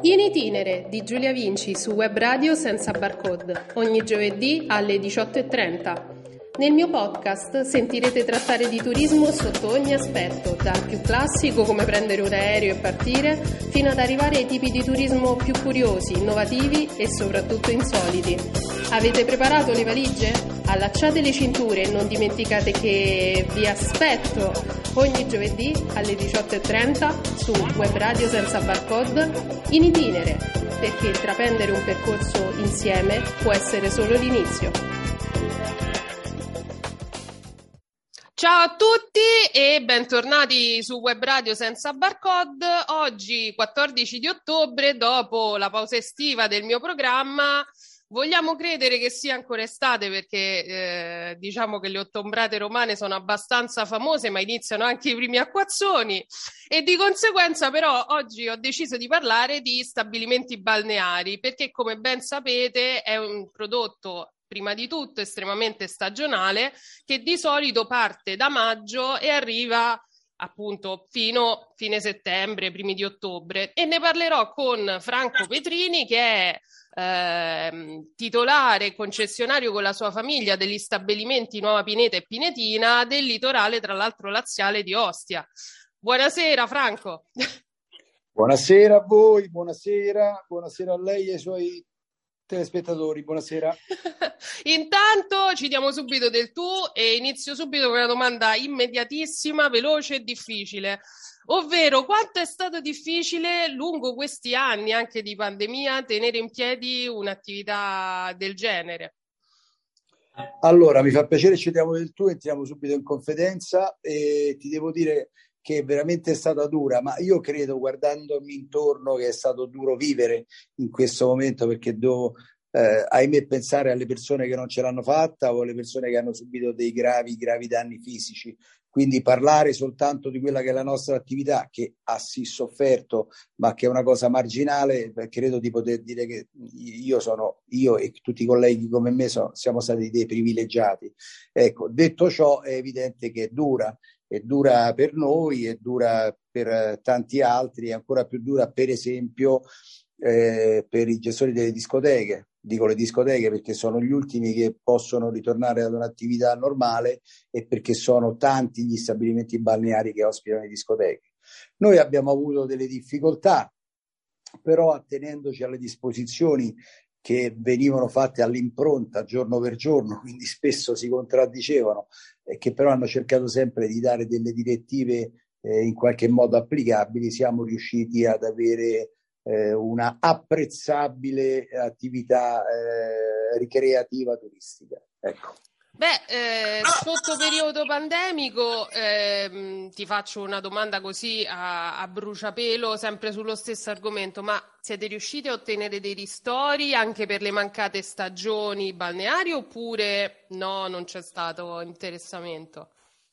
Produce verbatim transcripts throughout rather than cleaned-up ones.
In itinere di Giulia Vinci su Web Radio Senza Barcode, ogni giovedì alle diciotto e trenta. Nel mio podcast sentirete trattare di turismo sotto ogni aspetto, dal più classico come prendere un aereo e partire, fino ad arrivare ai tipi di turismo più curiosi, innovativi e soprattutto insoliti. Avete preparato le valigie? Allacciate le cinture e non dimenticate che vi aspetto ogni giovedì alle diciotto e trenta su Web Radio Senza Barcode in itinere, perché intraprendere un percorso insieme può essere solo l'inizio. Ciao a tutti e bentornati su Web Radio Senza Barcode. Oggi, quattordici di ottobre, dopo la pausa estiva del mio programma, vogliamo credere che sia ancora estate perché eh, diciamo che le ottombrate romane sono abbastanza famose, ma iniziano anche i primi acquazzoni e di conseguenza però oggi ho deciso di parlare di stabilimenti balneari perché, come ben sapete, è un prodotto prima di tutto estremamente stagionale che di solito parte da maggio e arriva appunto fino fine settembre, primi di ottobre, e ne parlerò con Franco Petrini che è eh, titolare e concessionario con la sua famiglia degli stabilimenti Nuova Pineta e Pinetina del litorale, tra l'altro laziale, di Ostia. Buonasera Franco. Buonasera a voi, buonasera, buonasera a lei e ai suoi telespettatori, buonasera. Intanto ci diamo subito del tu e inizio subito con una domanda immediatissima, veloce e difficile, ovvero quanto è stato difficile lungo questi anni anche di pandemia tenere in piedi un'attività del genere? Allora, mi fa piacere, ci diamo del tu, entriamo subito in confidenza e ti devo dire che veramente è stata dura, ma io credo, guardandomi intorno, che è stato duro vivere in questo momento, perché devo, eh, ahimè, pensare alle persone che non ce l'hanno fatta o alle persone che hanno subito dei gravi, gravi danni fisici. Quindi parlare soltanto di quella che è la nostra attività, che ha sì sofferto, ma che è una cosa marginale, credo di poter dire che io sono, io e tutti i colleghi come me sono, siamo stati dei privilegiati. Ecco, detto ciò, è evidente che è dura. È dura per noi, è dura per tanti altri, è ancora più dura per esempio eh, per i gestori delle discoteche. Dico le discoteche perché sono gli ultimi che possono ritornare ad un'attività normale e perché sono tanti gli stabilimenti balneari che ospitano le discoteche. Noi abbiamo avuto delle difficoltà, però attenendoci alle disposizioni che venivano fatte all'impronta giorno per giorno, quindi spesso si contraddicevano, e che però hanno cercato sempre di dare delle direttive eh, in qualche modo applicabili, siamo riusciti ad avere eh, una apprezzabile attività eh, ricreativa turistica. Ecco. Beh, eh, sotto periodo pandemico ehm, ti faccio una domanda così a, a bruciapelo, sempre sullo stesso argomento, ma siete riusciti a ottenere dei ristori anche per le mancate stagioni balneari oppure no, non c'è stato interessamento?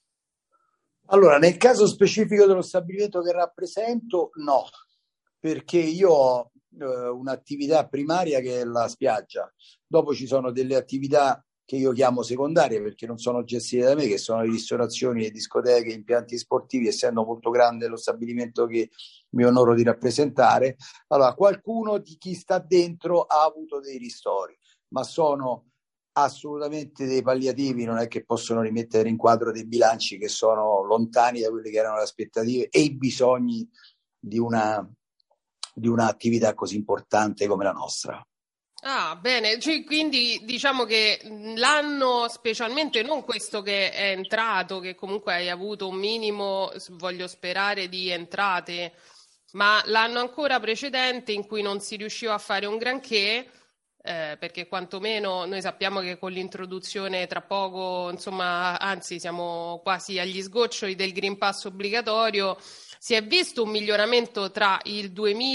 Allora, nel caso specifico dello stabilimento che rappresento, no, perché io ho eh, un'attività primaria che è la spiaggia, dopo ci sono delle attività che io chiamo secondarie perché non sono gestite da me, che sono le ristorazioni, le discoteche, impianti sportivi, essendo molto grande lo stabilimento che mi onoro di rappresentare. Allora, qualcuno di chi sta dentro ha avuto dei ristori, ma sono assolutamente dei palliativi, non è che possono rimettere in quadro dei bilanci che sono lontani da quelle che erano le aspettative e i bisogni di una, di un'attività così importante come la nostra. Ah, bene, cioè, quindi diciamo che l'anno, specialmente non questo che è entrato, che comunque hai avuto un minimo, voglio sperare, di entrate, ma l'anno ancora precedente in cui non si riusciva a fare un granché, eh, perché quantomeno noi sappiamo che con l'introduzione tra poco, insomma, anzi siamo quasi agli sgoccioli del Green Pass obbligatorio, si è visto un miglioramento tra il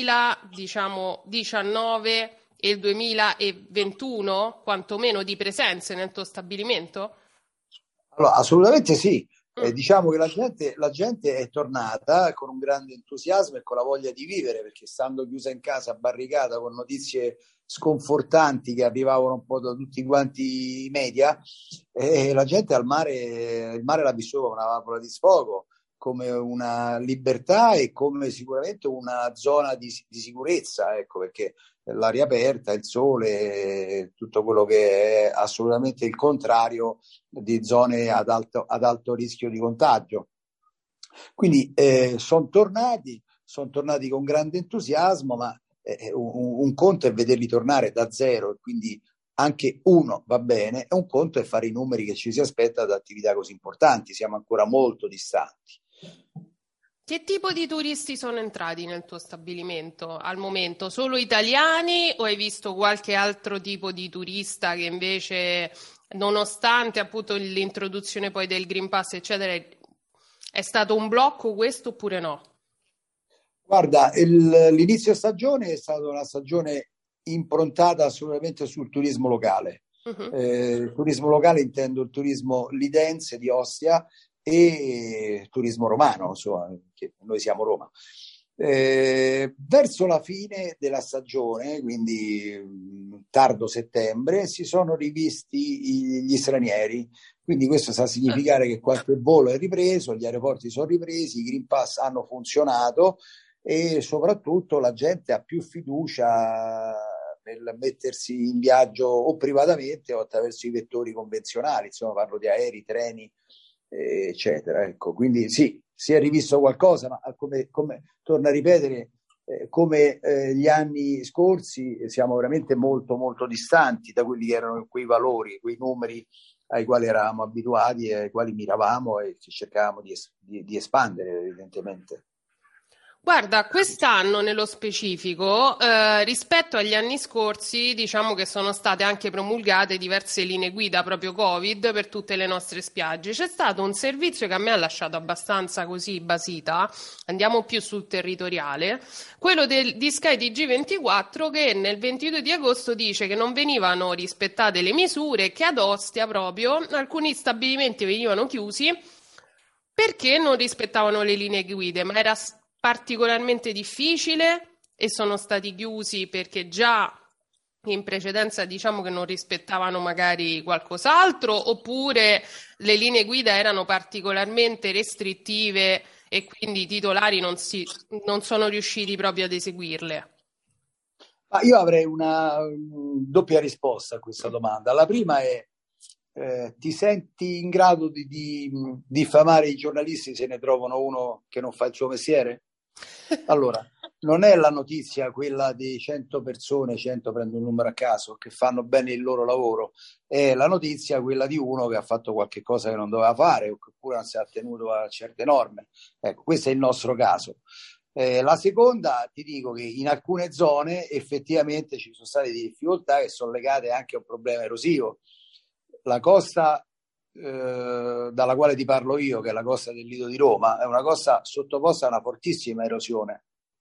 duemiladiciannove e il duemilaventuno, quantomeno di presenze nel tuo stabilimento? Allora, assolutamente sì. Eh, diciamo che la gente, la gente è tornata con un grande entusiasmo e con la voglia di vivere, perché stando chiusa in casa, barricata, con notizie sconfortanti che arrivavano un po' da tutti quanti i media, eh, la gente al mare, il mare l'ha vissuto come una valvola di sfogo. come una libertà e come sicuramente una zona di, di sicurezza, ecco, perché l'aria aperta, il sole, tutto quello che è assolutamente il contrario di zone ad alto, ad alto rischio di contagio. Quindi eh, sono tornati, sono tornati con grande entusiasmo, ma eh, un, un conto è vederli tornare da zero, e quindi anche uno va bene, e un conto è fare i numeri che ci si aspetta da attività così importanti, siamo ancora molto distanti. Che tipo di turisti sono entrati nel tuo stabilimento al momento? Solo italiani o hai visto qualche altro tipo di turista che invece, nonostante appunto l'introduzione poi del Green Pass, eccetera, è stato un blocco questo oppure no? Guarda, il, l'inizio stagione è stata una stagione improntata assolutamente sul turismo locale. Uh-huh. Eh, turismo locale intendo il turismo lidense di Ostia e turismo romano, insomma, che noi siamo Roma. Eh, verso la fine della stagione, quindi mh, tardo settembre, si sono rivisti gli stranieri, quindi questo sta a significare che qualche volo è ripreso, gli aeroporti sono ripresi, i Green Pass hanno funzionato e soprattutto la gente ha più fiducia nel mettersi in viaggio o privatamente o attraverso i vettori convenzionali, insomma parlo di aerei, treni, eccetera. Ecco, quindi sì, si è rivisto qualcosa, ma come, come torno a ripetere, eh, come eh, gli anni scorsi siamo veramente molto molto distanti da quelli che erano quei valori, quei numeri ai quali eravamo abituati e ai quali miravamo e che cercavamo di, es- di, di espandere evidentemente. Guarda, quest'anno nello specifico, eh, rispetto agli anni scorsi, diciamo che sono state anche promulgate diverse linee guida proprio Covid per tutte le nostre spiagge. C'è stato un servizio che a me ha lasciato abbastanza così basita, andiamo più sul territoriale, quello del, di Sky T G ventiquattro che nel ventidue di agosto dice che non venivano rispettate le misure, che ad Ostia proprio alcuni stabilimenti venivano chiusi perché non rispettavano le linee guida, ma era particolarmente difficile e sono stati chiusi perché già in precedenza diciamo che non rispettavano magari qualcos'altro, oppure le linee guida erano particolarmente restrittive e quindi i titolari non, si, non sono riusciti proprio ad eseguirle. Ma io avrei una um, doppia risposta a questa domanda. La prima è eh, ti senti in grado di, di diffamare i giornalisti se ne trovano uno che non fa il suo mestiere? Allora, non è la notizia quella di cento persone, cento prendo un numero a caso, che fanno bene il loro lavoro, è la notizia quella di uno che ha fatto qualche cosa che non doveva fare oppure non si è attenuto a certe norme. Ecco, questo è il nostro caso. Eh, la seconda, ti dico che in alcune zone effettivamente ci sono state delle difficoltà che sono legate anche a un problema erosivo. La costa eh, dalla quale ti parlo io, che è la costa del Lido di Roma, è una costa sottoposta a una fortissima erosione.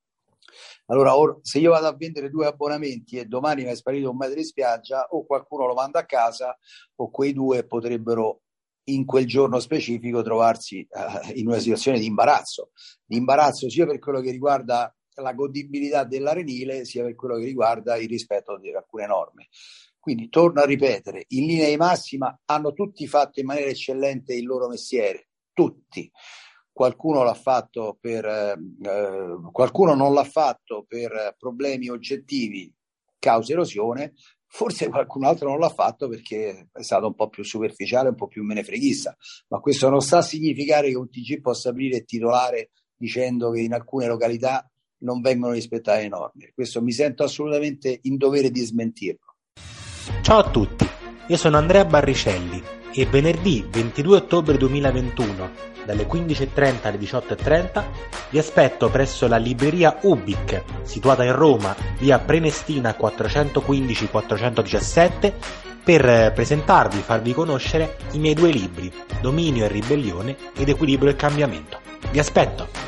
Allora, or, se io vado a vendere due abbonamenti e domani mi è sparito un metro di spiaggia, o qualcuno lo manda a casa o quei due potrebbero in quel giorno specifico trovarsi eh, in una situazione di imbarazzo, di imbarazzo sia per quello che riguarda la godibilità dell'arenile sia per quello che riguarda il rispetto di alcune norme. Quindi torno a ripetere, in linea di massima hanno tutti fatto in maniera eccellente il loro mestiere, tutti. Qualcuno l'ha fatto per eh, qualcuno non l'ha fatto per problemi oggettivi, causa erosione, forse qualcun altro non l'ha fatto perché è stato un po' più superficiale, un po' più menefreghista, ma questo non sta a significare che un T G possa aprire e titolare dicendo che in alcune località non vengono rispettate le norme. Questo mi sento assolutamente in dovere di smentirlo. Ciao a tutti, io sono Andrea Barricelli e venerdì ventidue ottobre duemilaventuno dalle quindici e trenta alle diciotto e trenta vi aspetto presso la libreria Ubic, situata in Roma, via Prenestina quattrocentoquindici quattrocentodiciassette, per presentarvi e farvi conoscere i miei due libri, Dominio e Ribellione ed Equilibrio e Cambiamento. Vi aspetto!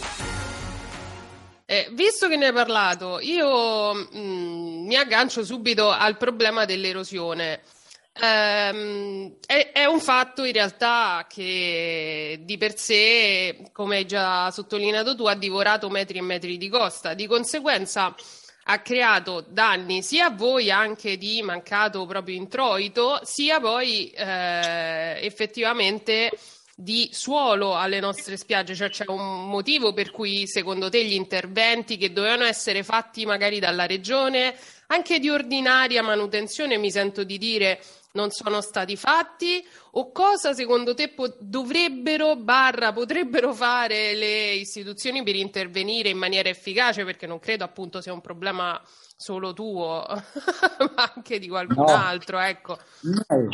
Eh, visto che ne hai parlato, io mh, mi aggancio subito al problema dell'erosione. Ehm, è, è un fatto in realtà che di per sé, come hai già sottolineato tu, ha divorato metri e metri di costa. Di conseguenza ha creato danni sia a voi anche di mancato proprio introito, sia poi eh, effettivamente di suolo alle nostre spiagge, cioè c'è un motivo per cui secondo te gli interventi che dovevano essere fatti magari dalla regione, anche di ordinaria manutenzione, mi sento di dire, non sono stati fatti, o cosa secondo te po- dovrebbero barra potrebbero fare le istituzioni per intervenire in maniera efficace, perché non credo appunto sia un problema solo tuo, ma anche di qualcun No, altro, ecco. no.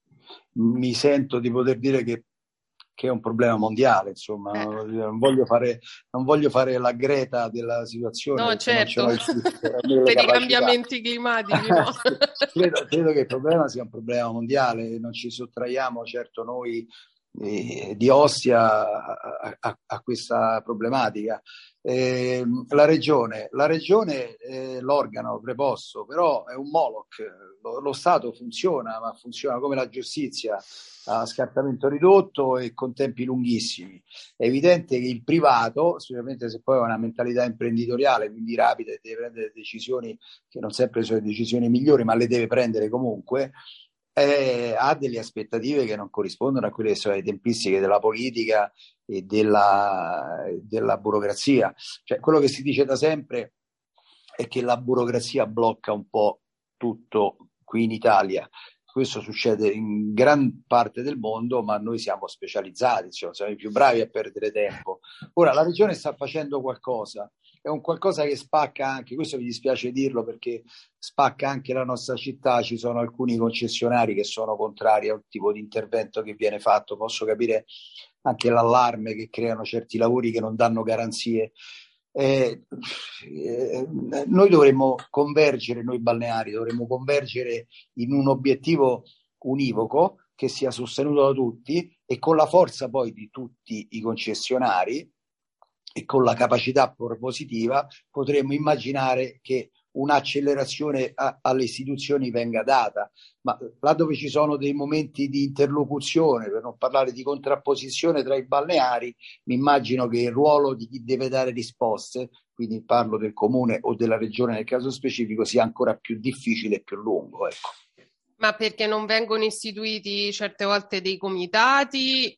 Mi sento di poter dire che, che è un problema mondiale, insomma, Eh. non voglio fare, non voglio fare la Greta della situazione, No, perché non ce certo, l'ho il- le per i capacità. cambiamenti climatici, no? credo, credo che il problema sia un problema mondiale, non ci sottraiamo certo noi eh, di Ostia a, a, a questa problematica. Eh, la regione, la regione è l'organo preposto, però è un Moloch, lo, lo Stato funziona, ma funziona come la giustizia, a scartamento ridotto e con tempi lunghissimi. È evidente che il privato, specialmente se poi ha una mentalità imprenditoriale, quindi rapida, e deve prendere decisioni che non sempre sono le decisioni migliori, ma le deve prendere comunque, eh, ha delle aspettative che non corrispondono a quelle che sono le tempistiche della politica e della, della burocrazia. Cioè, quello che si dice da sempre è che la burocrazia blocca un po' tutto qui in Italia. Questo succede in gran parte del mondo, ma noi siamo specializzati, insomma, siamo i più bravi a perdere tempo. Ora, la regione sta facendo qualcosa, è un qualcosa che spacca anche, questo mi dispiace dirlo perché spacca anche la nostra città, ci sono alcuni concessionari che sono contrari a un tipo di intervento che viene fatto, posso capire anche l'allarme che creano certi lavori che non danno garanzie. Eh, eh, noi dovremmo convergere, noi balneari dovremmo convergere in un obiettivo univoco che sia sostenuto da tutti, e con la forza poi di tutti i concessionari e con la capacità propositiva potremmo immaginare che un'accelerazione a, alle istituzioni venga data, ma là dove ci sono dei momenti di interlocuzione, per non parlare di contrapposizione tra i balneari, mi immagino che il ruolo di chi deve dare risposte, quindi parlo del comune o della regione nel caso specifico, sia ancora più difficile e più lungo, ecco. Ma perché non vengono istituiti certe volte dei comitati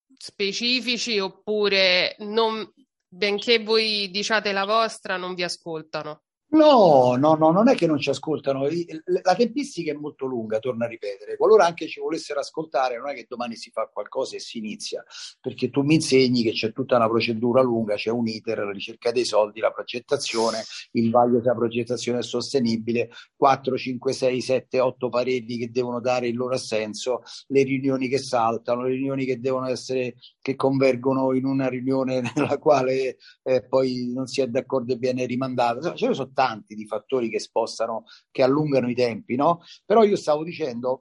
specifici, oppure non, benché voi diciate la vostra, non vi ascoltano? No, no, no, non è che non ci ascoltano. La tempistica è molto lunga, torno a ripetere. Qualora anche ci volessero ascoltare, non è che domani si fa qualcosa e si inizia, perché tu mi insegni che c'è tutta una procedura lunga, c'è un iter, la ricerca dei soldi, la progettazione, il vaglio se la progettazione è sostenibile, quattro, cinque, sei, sette, otto pareri che devono dare il loro assenso, le riunioni che saltano, le riunioni che devono essere, che convergono in una riunione nella quale eh, poi non si è d'accordo e viene rimandata. Ce ne sono tanti di fattori che spostano, che allungano i tempi, no? Però io stavo dicendo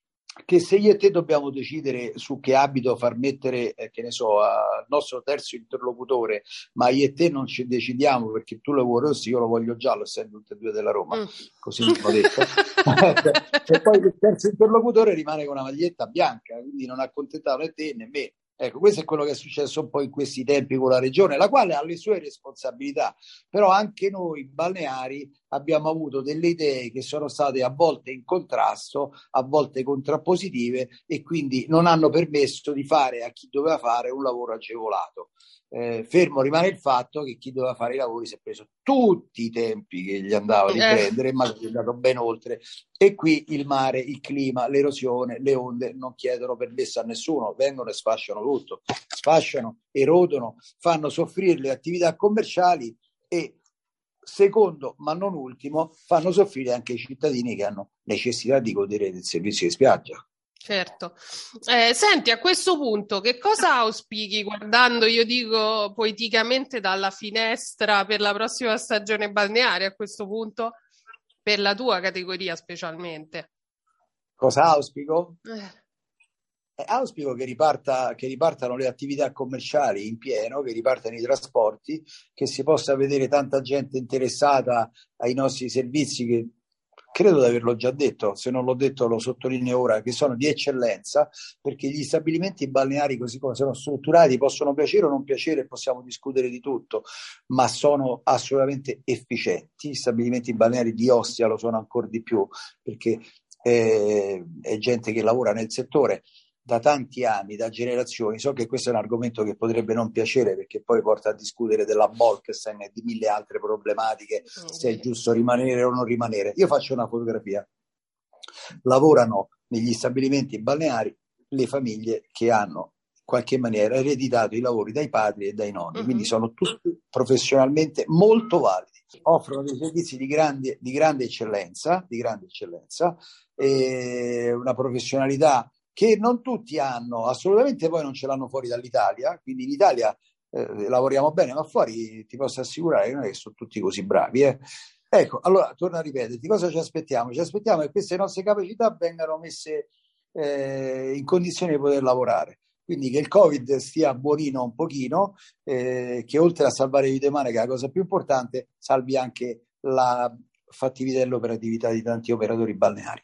che se io e te dobbiamo decidere su che abito far mettere, eh, che ne so, al nostro terzo interlocutore, ma io e te non ci decidiamo perché tu lo vuoi rosso, io lo voglio giallo, essendo tutte e due della Roma, mm. così mi hanno detto. E poi il terzo interlocutore rimane con una maglietta bianca, quindi non accontentano né te né me. Ecco, questo è quello che è successo un po' in questi tempi con la regione, la quale ha le sue responsabilità, però anche noi balneari abbiamo avuto delle idee che sono state a volte in contrasto, a volte contrappositive, e quindi non hanno permesso di fare a chi doveva fare un lavoro agevolato. Eh, fermo rimane il fatto che chi doveva fare i lavori si è preso tutti i tempi che gli andava di prendere, eh. ma è andato ben oltre. E qui il mare, il clima, l'erosione, le onde non chiedono permesso a nessuno, vengono e sfasciano tutto, sfasciano, erodono, fanno soffrire le attività commerciali e, secondo ma non ultimo, fanno soffrire anche i cittadini che hanno necessità di godere del servizio di spiaggia. Certo. Eh, senti, a questo punto che cosa auspichi guardando, io dico poeticamente, dalla finestra per la prossima stagione balneare, a questo punto, per la tua categoria specialmente? Cosa auspico? Eh. Eh, auspico che riparta, che ripartano le attività commerciali in pieno, che ripartano i trasporti, che si possa vedere tanta gente interessata ai nostri servizi che credo di averlo già detto, se non l'ho detto lo sottolineo ora, che sono di eccellenza, perché gli stabilimenti balneari così come sono strutturati possono piacere o non piacere, possiamo discutere di tutto, ma sono assolutamente efficienti. Gli stabilimenti balneari di Ostia lo sono ancora di più, perché eh, è gente che lavora nel settore. da tanti anni, da generazioni. So che questo è un argomento che potrebbe non piacere, perché poi porta a discutere della Bolkestein e di mille altre problematiche, se è giusto rimanere o non rimanere. Io faccio una fotografia. Lavorano negli stabilimenti balneari le famiglie che hanno in qualche maniera ereditato i lavori dai padri e dai nonni, uh-huh. quindi sono tutti professionalmente molto validi, offrono dei servizi di grande, di grande eccellenza, di grande eccellenza, e una professionalità che non tutti hanno, assolutamente poi non ce l'hanno fuori dall'Italia, quindi in Italia eh, lavoriamo bene, ma fuori ti posso assicurare che non è che sono tutti così bravi, eh. Ecco, allora torno a ripeterti, cosa ci aspettiamo? Ci aspettiamo che queste nostre capacità vengano messe eh, in condizione di poter lavorare, quindi che il Covid stia buonino un pochino, eh, che oltre a salvare vite umane, che è la cosa più importante, salvi anche la fattività e l'operatività di tanti operatori balneari.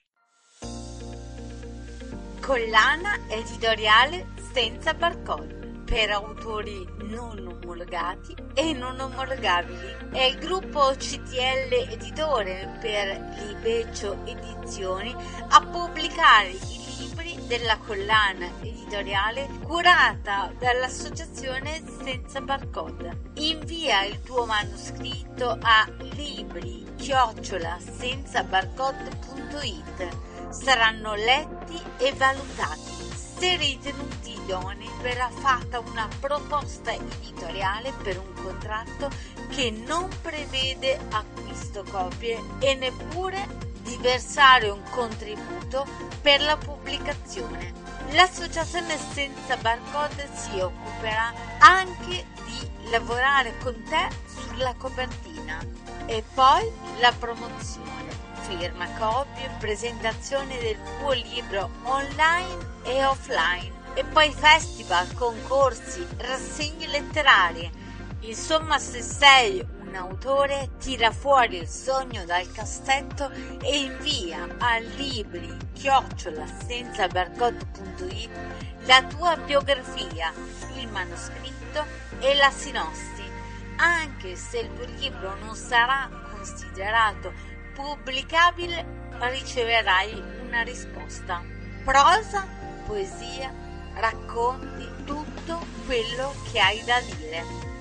Collana editoriale senza barcode per autori non omologati e non omologabili. È il gruppo C T L Editore per Libeccio Edizioni a pubblicare i libri della collana editoriale curata dall'associazione Senza Barcode. Invia il tuo manoscritto a libri chiocciola senza barcode punto it. Saranno letti e valutati. Se ritenuti idonei verrà fatta una proposta editoriale per un contratto che non prevede acquisto copie e neppure di versare un contributo per la pubblicazione. L'associazione Senza Barcode si occuperà anche di lavorare con te sulla copertina e poi la promozione, firma copie, presentazione del tuo libro online e offline, e poi festival, concorsi, rassegne letterarie. Insomma, se sei un autore, tira fuori il sogno dal cassetto e invia a libri chiocciola senza barcode punto it la tua biografia, il manoscritto e la sinossi. Anche se il tuo libro non sarà considerato pubblicabile, riceverai una risposta. Prosa, poesia, racconti tutto quello che hai da dire.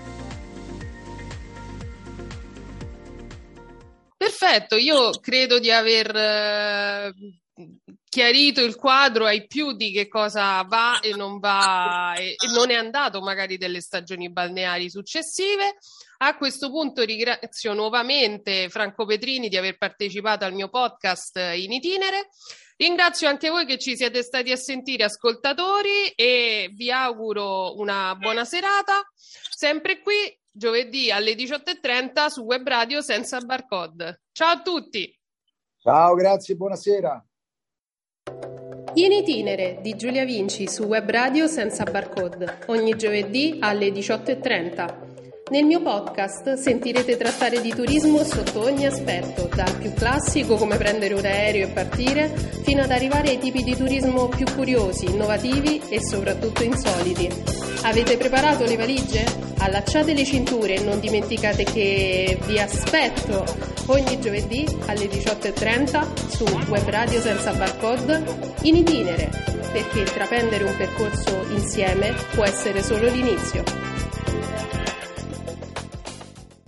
Perfetto, io credo di aver eh, chiarito il quadro ai più di che cosa va e non va e, e non è andato magari delle stagioni balneari successive. A questo punto ringrazio nuovamente Franco Petrini di aver partecipato al mio podcast in itinere. Ringrazio anche voi che ci siete stati a sentire, ascoltatori, e vi auguro una buona serata, sempre qui giovedì alle diciotto e trenta su Web Radio Senza Barcode. Ciao a tutti! Ciao, grazie, buonasera! In itinere di Giulia Vinci su Web Radio Senza Barcode, ogni giovedì alle diciotto e trenta. Nel mio podcast sentirete trattare di turismo sotto ogni aspetto, dal più classico come prendere un aereo e partire, fino ad arrivare ai tipi di turismo più curiosi, innovativi e soprattutto insoliti. Avete preparato le valigie? Allacciate le cinture e non dimenticate che vi aspetto ogni giovedì alle diciotto e trenta su Web Radio Senza Barcode in itinere, perché intraprendere un percorso insieme può essere solo l'inizio.